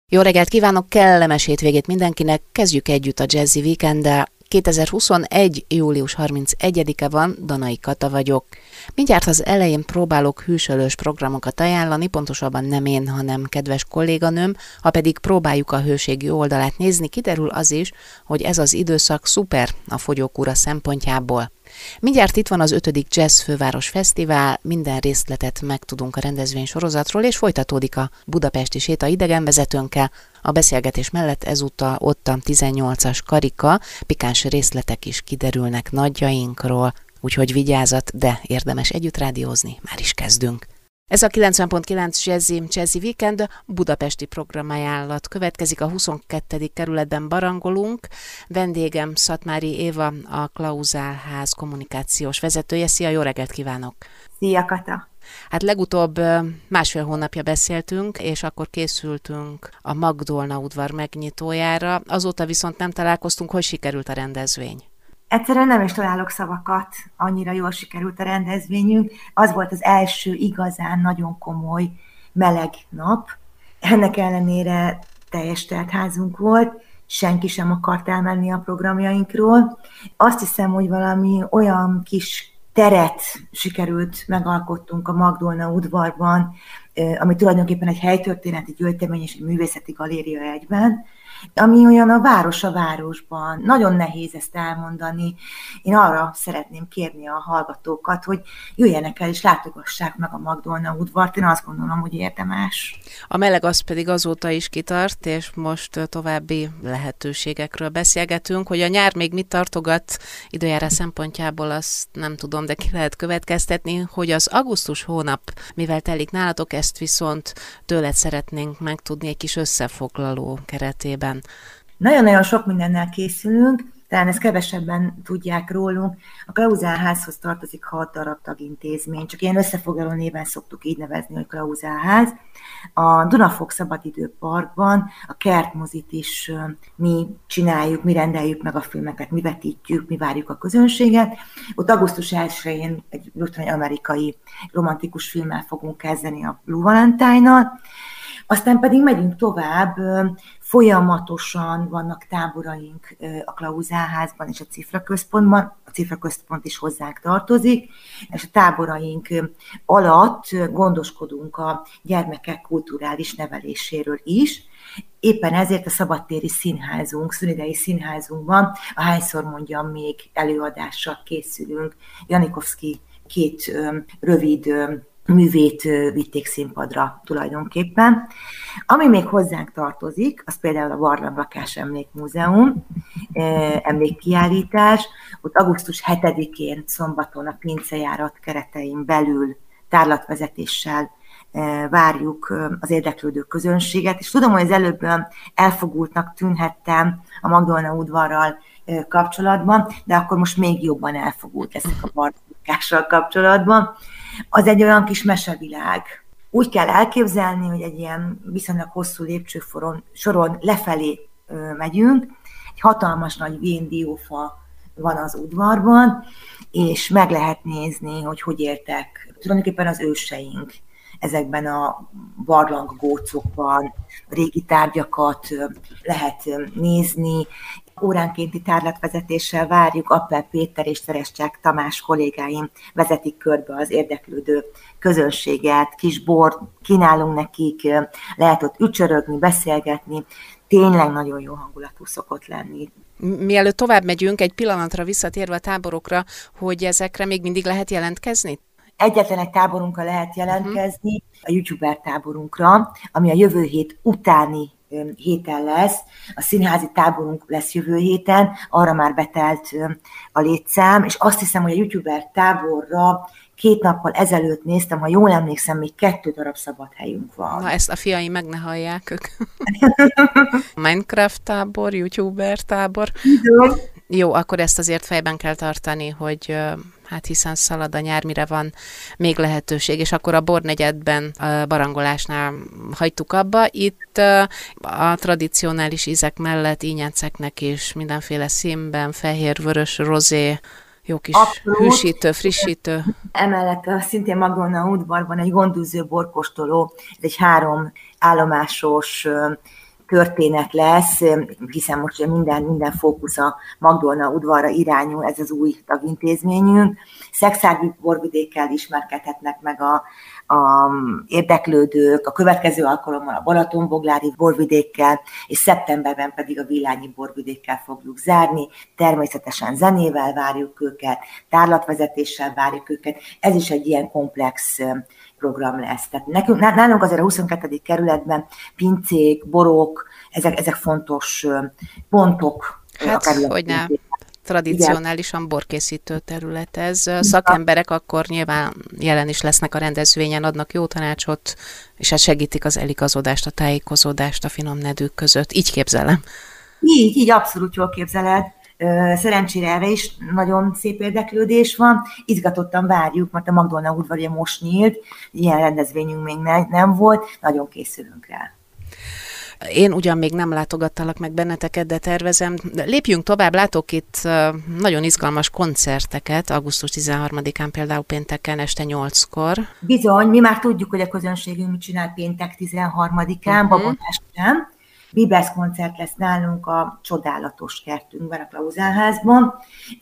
Jó reggelt kívánok, kellemes hétvégét mindenkinek, kezdjük együtt a Jazzy Weekenddel. 2021. július 31-e van, Danai Kata vagyok. Mindjárt az elején próbálok hűsölős programokat ajánlani, pontosabban nem én, hanem kedves kolléganőm, ha pedig próbáljuk a hőségi oldalát nézni, kiderül az is, hogy ez az időszak szuper a fogyókúra szempontjából. Mindjárt itt van az 5. Jazz Főváros Fesztivál, minden részletet megtudunk a rendezvény sorozatról, és folytatódik a budapesti séta idegenvezetőnkkel. A beszélgetés mellett ezúttal ott a 18-as karika, pikáns részletek is kiderülnek nagyjainkról, úgyhogy vigyázat, de érdemes együtt rádiózni, már is kezdünk. Ez a 90.9 Jazzy Weekend, budapesti programajánlat következik, a 22. kerületben barangolunk. Vendégem Szatmári Éva, a Klauzálház kommunikációs vezetője. Szia, jó reggelt kívánok! Szia, Kata! Hát legutóbb másfél hónapja beszéltünk, és akkor készültünk a Magdolna udvar megnyitójára. Azóta viszont nem találkoztunk, hogy sikerült a rendezvény? Egyszerűen nem is találok szavakat, annyira jól sikerült a rendezvényünk. Az volt az első igazán nagyon komoly meleg nap. Ennek ellenére teljes teltházunk volt, senki sem akart elmenni a programjainkról. Azt hiszem, hogy valami olyan kis teret sikerült megalkottunk a Magdolna udvarban, ami tulajdonképpen egy helytörténeti gyűjtemény és egy művészeti galéria egyben, ami olyan a város a városban. Nagyon nehéz ezt elmondani. Én arra szeretném kérni a hallgatókat, hogy jöjjenek el és látogassák meg a Magdolna udvart. Én azt gondolom, hogy érdemes. A meleg az pedig azóta is kitart, és most további lehetőségekről beszélgetünk, hogy a nyár még mit tartogat időjárás szempontjából, azt nem tudom, de ki lehet következtetni, hogy az augusztus hónap, mivel telik nálatok, ezt viszont tőled szeretnénk megtudni egy kis összefoglaló keretében. Nagyon-nagyon sok mindennel készülünk, talán ezt kevesebben tudják rólunk. A Klauzálházhoz tartozik 6 darab tagintézmény, csak ilyen összefoglaló néven szoktuk így nevezni, hogy Klauzálház. A Dunafok Szabadidőparkban a Kertmozit is mi csináljuk, mi rendeljük meg a filmeket, mi vetítjük, mi várjuk a közönséget. Ott augusztus 1-én egy amerikai romantikus filmmel fogunk kezdeni, a Blue Valentine-nal. Aztán pedig megyünk tovább, folyamatosan vannak táboraink a Klauzálházban és a Cifra Központban, a Cifra Központ is hozzánk tartozik, és a táboraink alatt gondoskodunk a gyermekek kulturális neveléséről is. Éppen ezért a szabadtéri színházunk, Szünidei Színházunkban, a Hányszor mondjam még előadással készülünk. Janikovszky 2 rövid művét vitték színpadra tulajdonképpen. Ami még hozzánk tartozik, az például a Barlanglakás Emlékmúzeum, emlékkiállítás. Ott augusztus 7-én szombaton a pincejárat keretein belül tárlatvezetéssel várjuk az érdeklődő közönséget, és tudom, hogy az előbb elfogultnak tűnhettem a Magdolna udvarral kapcsolatban, de akkor most még jobban elfogult leszek a Barlanglakással kapcsolatban. Az egy olyan kis mesevilág. Úgy kell elképzelni, hogy egy ilyen viszonylag hosszú lépcsősoron lefelé megyünk, egy hatalmas nagy véndiófa van az udvarban, és meg lehet nézni, hogy éltek tulajdonképpen az őseink ezekben a barlanggócokban, régi tárgyakat lehet nézni. Óránkénti tárlatvezetéssel várjuk, Appel Péter és Szerescsák Tamás kollégáim vezetik körbe az érdeklődő közönséget, kis bort kínálunk nekik, lehet ott ücsörögni, beszélgetni, tényleg nagyon jó hangulatú szokott lenni. Mielőtt tovább megyünk, egy pillanatra visszatérve a táborokra, hogy ezekre még mindig lehet jelentkezni? Egyetlen egy táborunkra lehet jelentkezni, a YouTuber táborunkra, ami a jövő hét utáni héten lesz. A színházi táborunk lesz jövő héten, arra már betelt a létszám, és azt hiszem, hogy a YouTuber táborra 2 nappal ezelőtt néztem, ha jól emlékszem, még 2 darab szabad helyünk van. Na, ezt a fiaim meg ne hallják ők. Minecraft tábor, YouTuber tábor. Tudom. Jó, akkor ezt azért fejben kell tartani, hogy hát hiszen szalad a nyár, mire van még lehetőség, és akkor a Bornegyedben a barangolásnál hagytuk abba. Itt a tradicionális ízek mellett ínyeceknek is mindenféle színben, fehér, vörös, rozé, jó kis abszolút hűsítő, frissítő. Emellett szintén Magdolna udvarban egy gondűző borkóstoló, ez egy 3 állomásos történet lesz, hiszen most minden fókusz a Magdolna udvarra irányul, ez az új tagintézményünk. Szexárdi borvidékkel ismerkedhetnek meg a érdeklődők, a következő alkalommal a Balatonboglári borvidékkel, és szeptemberben pedig a Villányi borvidékkel fogjuk zárni. Természetesen zenével várjuk őket, tárlatvezetéssel várjuk őket. Ez is egy ilyen komplex program lesz. Tehát nálunk azért a 22. kerületben pincék, borok, ezek fontos pontok. Hát, hogy ne. Tradicionálisan borkészítő terület ez. Szakemberek akkor nyilván jelen is lesznek a rendezvényen, adnak jó tanácsot, és hát segítik az eligazodást, a tájékozódást a finom nedűk között. Így képzelem. Így abszolút jól képzeled. Szerencsére erre is nagyon szép érdeklődés van. Izgatottan várjuk, mert a Magdolna udvar most nyílt, ilyen rendezvényünk még nem volt, nagyon készülünk rá. Én ugyan még nem látogattalak meg benneteket, de tervezem. Lépjünk tovább, látok itt nagyon izgalmas koncerteket, augusztus 13-án például pénteken este 8-kor. Bizony, mi már tudjuk, hogy a közönségünk mit csinál péntek 13-án, babonás után. Bieber's koncert lesz nálunk a csodálatos kertünkben, a Klauzálházban,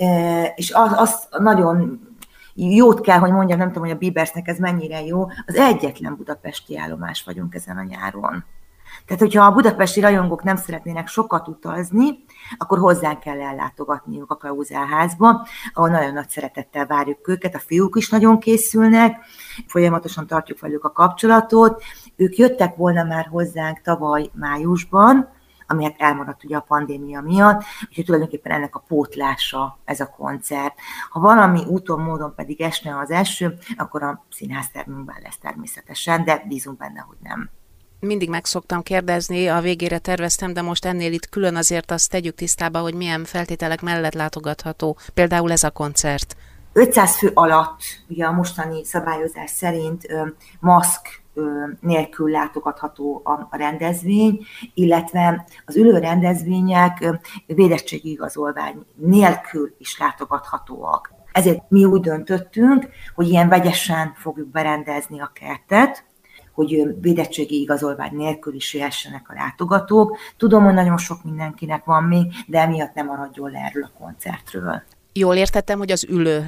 és az nagyon jót kell, hogy mondjam, nem tudom, hogy a Biebersnek ez mennyire jó, az egyetlen budapesti állomás vagyunk ezen a nyáron. Tehát, hogyha a budapesti rajongók nem szeretnének sokat utazni, akkor hozzá kell ellátogatniuk a Klauzálházba, ahol nagyon nagy szeretettel várjuk őket, a fiúk is nagyon készülnek, folyamatosan tartjuk velük a kapcsolatot. Ők jöttek volna már hozzánk tavaly májusban, ami hát elmaradt ugye a pandémia miatt, úgyhogy tulajdonképpen ennek a pótlása ez a koncert. Ha valami úton, módon pedig esne az eső, akkor a színháztermünkben lesz természetesen, de bízunk benne, hogy nem. Mindig meg szoktam kérdezni, a végére terveztem, de most ennél itt külön azért azt tegyük tisztába, hogy milyen feltételek mellett látogatható például ez a koncert. 500 fő alatt, ugye a mostani szabályozás szerint maszk nélkül látogatható a rendezvény, illetve az ülő rendezvények védettségi igazolvány nélkül is látogathatóak. Ezért mi úgy döntöttünk, hogy ilyen vegyesen fogjuk berendezni a kertet, hogy védettségi igazolvány nélkül is jöhessenek a látogatók. Tudom, hogy nagyon sok mindenkinek van még, de emiatt nem maradjon le erről a koncertről. Jól értettem, hogy az ülő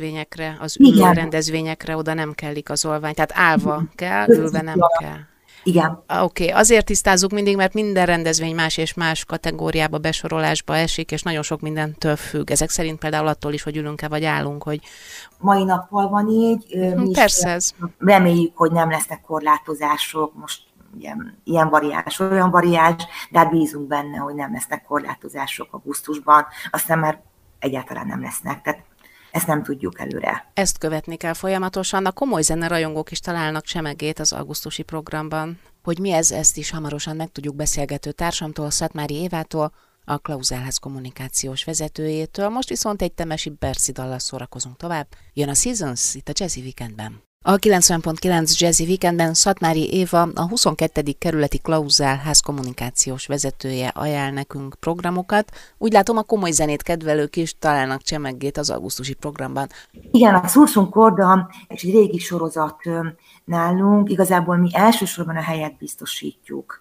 rendezvényekre oda nem kell igazolvány, tehát állva kell, ülve nem kell. Igen. Oké. Azért tisztázzuk mindig, mert minden rendezvény más és más kategóriába, besorolásba esik, és nagyon sok mindentől függ. Ezek szerint például attól is, hogy ülünk-e vagy állunk, hogy... Mai nappal van így. Persze ez. Reméljük, hogy nem lesznek korlátozások, most ilyen variáns, olyan variáns, de hát bízunk benne, hogy nem lesznek korlátozások augusztusban, aztán már egyáltalán nem lesznek. Tehát ezt nem tudjuk előre. Ezt követni kell folyamatosan. A komoly zenerajongók is találnak csemegét az augusztusi programban. Hogy mi ez, ezt is hamarosan megtudjuk beszélgető társamtól, Szatmári Évától, a Klauzálház kommunikációs vezetőjétől. Most viszont egy temesi Berci dallal szórakozunk tovább. Jön a Seasons itt a Jazzy Weekendben. A 90.9 Jazzy Weekendben Szatmári Éva, a 22. kerületi Klauzálház kommunikációs vezetője ajánl nekünk programokat. Úgy látom, a komoly zenét kedvelők is találnak csemeggét az augusztusi programban. Igen, a Szursunk Korda és egy régi sorozat nálunk. Igazából mi elsősorban a helyet biztosítjuk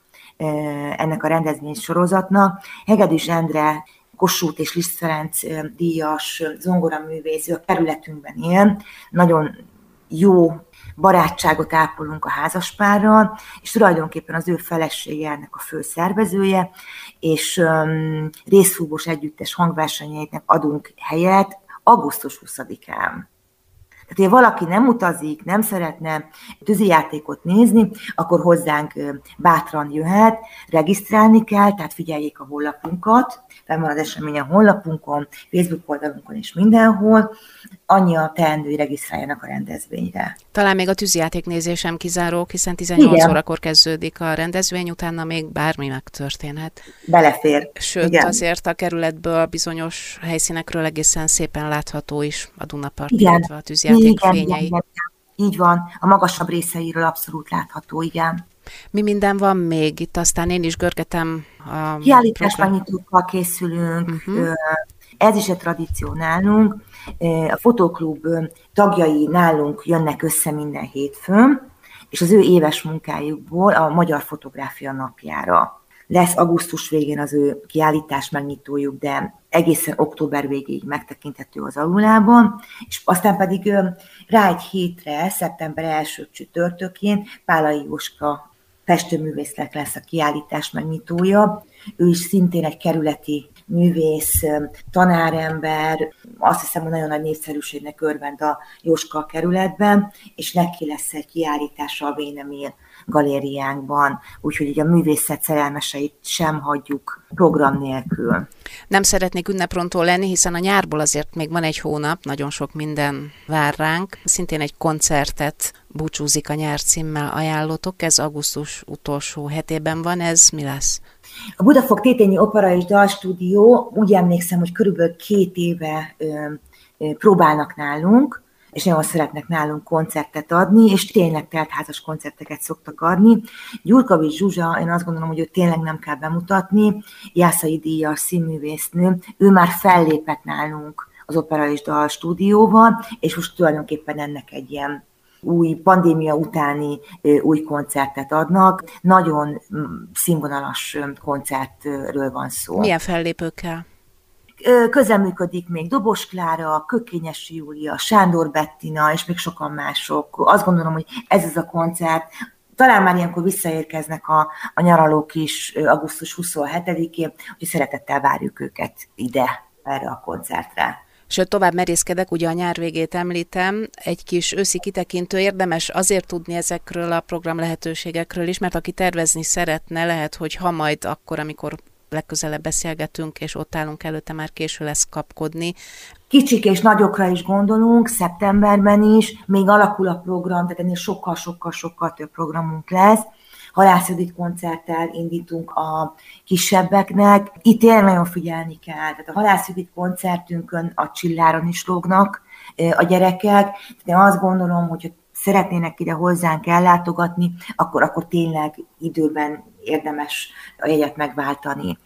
ennek a rendezvény sorozatnak. Hegedűs Endre, Kossuth és Liszt Ferenc díjas zongoraművész, ő a kerületünkben él. Nagyon jó barátságot ápolunk a házaspárral, és tulajdonképpen az ő felesége ennek a fő szervezője, és részfúvós együttes hangversenyeinek adunk helyet augusztus 20-án. Tehát, ha valaki nem utazik, nem szeretne tűzijátékot nézni, akkor hozzánk bátran jöhet, regisztrálni kell, tehát figyeljék a honlapunkat, fenn van az esemény a honlapunkon, Facebook oldalunkon és mindenhol, annyi a teendő, hogy regisztráljanak a rendezvényre. Talán még a tűzijáték nézésem kizárók, hiszen 18 igen. órakor kezdődik a rendezvény, utána még bármi megtörténhet. Belefér. Sőt, igen. Azért a kerületből bizonyos helyszínekről egészen szépen látható is a Dunapart, illetve a tűzijáték fényei. Igen. Így van, a magasabb részeiről abszolút látható, igen. Mi minden van még? Itt aztán én is görgetem a kiállításmegnyitókkal készülünk, ez is egy tradíció nálunk. A fotóklub tagjai nálunk jönnek össze minden hétfőn, és az ő éves munkájukból a Magyar Fotográfia napjára Lesz augusztus végén az ő kiállítás megnyitójuk, de egészen október végéig megtekinthető az aulában, és aztán pedig rá egy hétre, szeptember 1. csütörtökén Pálai Jóska festőművésznek lesz a kiállítás megnyitója. Ő is szintén egy kerületi művész, tanárember, azt hiszem, hogy nagyon nagy népszerűségnek örvend a Jóska kerületben, és neki lesz egy kiállítása a Vénemér galériánkban, úgyhogy így a művészet szerelmeseit sem hagyjuk program nélkül. Nem szeretnék ünneprontól lenni, hiszen a nyárból azért még van egy hónap, nagyon sok minden vár ránk. Szintén egy koncertet Búcsúzik a nyár címmel ajánlotok, ez augusztus utolsó hetében van, ez mi lesz? A Budafok Tétényi Opera és Dalstúdió, úgy emlékszem, hogy körülbelül 2 éve próbálnak nálunk, és nagyon szeretnek nálunk koncertet adni, és tényleg teltházas koncerteket szoktak adni. Gyurkovics Zsuzsa, én azt gondolom, hogy őt tényleg nem kell bemutatni, Jászai díjas színművésznő, ő már fellépett nálunk az Opera és Dalstúdióban, és most tulajdonképpen ennek egy ilyen új pandémia utáni új koncertet adnak. Nagyon színvonalas koncertről van szó. Milyen fellépőkkel? Közreműködik még Dobos Klára, Kökényesi Júlia, Sándor Bettina, és még sokan mások. Azt gondolom, hogy ez az a koncert. Talán már ilyenkor visszaérkeznek a nyaralók is augusztus 27-én, úgyhogy szeretettel várjuk őket ide, erre a koncertre. Sőt, tovább merészkedek, ugye a nyár végét említem, egy kis őszi kitekintő érdemes azért tudni ezekről a program lehetőségekről is, mert aki tervezni szeretne, lehet, hogy ha majd akkor, amikor legközelebb beszélgetünk, és ott állunk előtte, már késő lesz kapkodni. Kicsik és nagyokra is gondolunk, szeptemberben is, még alakul a program, tehát ennél sokkal több programunk lesz. Halász Judit koncerttel indítunk a kisebbeknek. Itt tényleg nagyon figyelni kell. Tehát a Halász Judit koncertünkön a csilláron is lógnak a gyerekek. De azt gondolom, hogy szeretnének ide hozzánk ellátogatni, akkor tényleg időben érdemes a jegyet megváltani.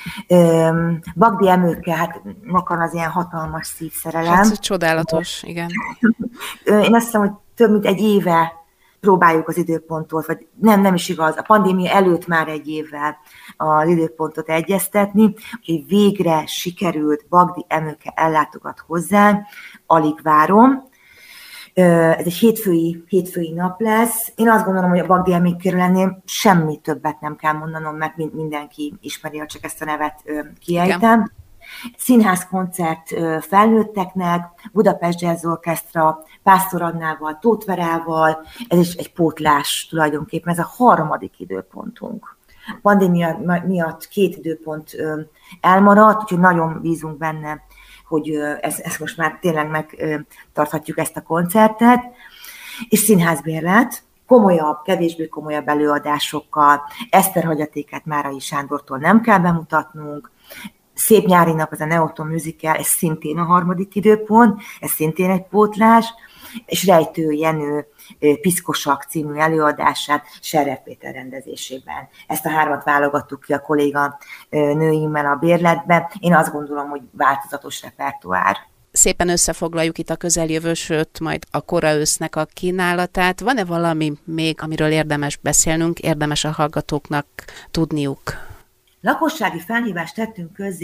Bagdi Emőke, hát makan az ilyen hatalmas szívszerelem. Hát csodálatos, igen. Én azt hiszem, hogy több mint egy éve próbáljuk az időpontot, vagy nem is igaz, a pandémia előtt már egy évvel az időpontot egyeztetni, úgyhogy végre sikerült, Bagdi Emőke ellátogat hozzánk, alig várom. Ez egy hétfői nap lesz. Én azt gondolom, hogy a Bagdi Emőkéről ennél semmi többet nem kell mondanom, mert mindenki ismeri, csak ezt a nevet kiejtem. Színházkoncert felnőtteknek, Budapest Jazz Orchestra, Pásztor Annával, Tóth Verával, ez is egy pótlás tulajdonképpen, ez a 3. időpontunk. A pandémia miatt 2 időpont elmaradt, úgyhogy nagyon bízunk benne, hogy ezt most már tényleg megtarthatjuk ezt a koncertet, és színházbérlet, kevésbé komolyabb előadásokkal, Eszter hagyatékát Márai Sándortól nem kell bemutatnunk, Szép nyári nap, az a Neoton Musical, ez szintén a 3. időpont, ez szintén egy pótlás, és Rejtő Jenő Piszkosak című előadását Serrev Péter rendezésében. Ezt a 3 válogattuk ki a kolléga nőimmel a bérletbe. Én azt gondolom, hogy változatos repertoár. Szépen összefoglaljuk itt a közeljövő, sőt, majd a kora ősznek a kínálatát. Van-e valami még, amiről érdemes beszélnünk, érdemes a hallgatóknak tudniuk? Lakossági felhívást tettünk közzé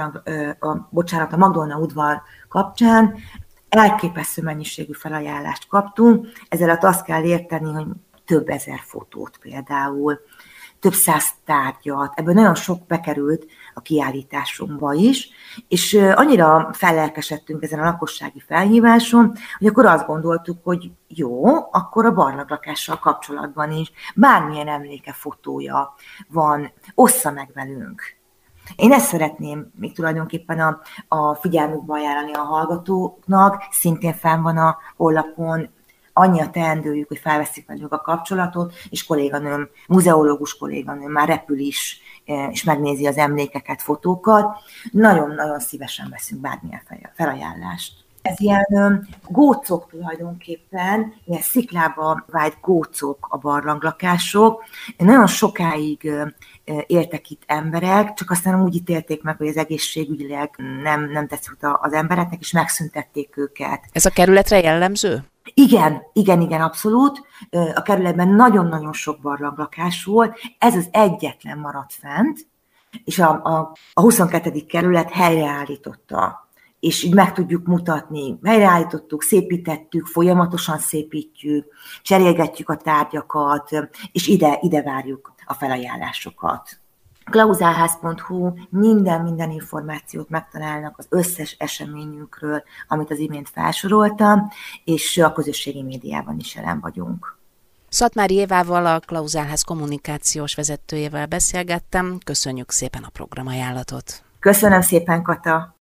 a Magdolna udvar kapcsán, elképesztő mennyiségű felajánlást kaptunk, ezzel azt kell érteni, hogy több ezer fotót például, több 100 tárgyat, ebből nagyon sok bekerült a kiállításunkba is, és annyira fellelkesedtünk ezen a lakossági felhíváson, hogy akkor azt gondoltuk, hogy jó, akkor a barlanglakással kapcsolatban is bármilyen emléke, fotója van, ossza meg velünk. Én ezt szeretném még tulajdonképpen a figyelmükbe ajánlani a hallgatóknak, szintén fenn van a honlapon, annyi a teendőjük, hogy felveszik velünk a kapcsolatot, és kolléganőm, muzeológus kolléganőm már repül is, és megnézi az emlékeket, fotókat. Nagyon-nagyon szívesen veszünk bármilyen felajánlást. Ez ilyen gócok tulajdonképpen, ilyen sziklába vájt gócok a barlanglakások. Nagyon sokáig éltek itt emberek, csak aztán úgy ítélték meg, hogy az egészségügyileg nem tetszik az embereknek, és megszüntették őket. Ez a kerületre jellemző? Igen, abszolút. A kerületben nagyon-nagyon sok barlanglakás volt, ez az egyetlen maradt fent, és a 22. kerület helyreállította, és így meg tudjuk mutatni. Helyreállítottuk, szépítettük, folyamatosan szépítjük, cserélgetjük a tárgyakat, és ide várjuk a felajánlásokat. Klauzálház.hu minden információt megtalálnak az összes eseményünkről, amit az imént felsoroltam, és a közösségi médiában is jelen vagyunk. Szatmári Évával, a Klauzálház kommunikációs vezetőjével beszélgettem. Köszönjük szépen a programajánlatot. Köszönöm szépen, Kata!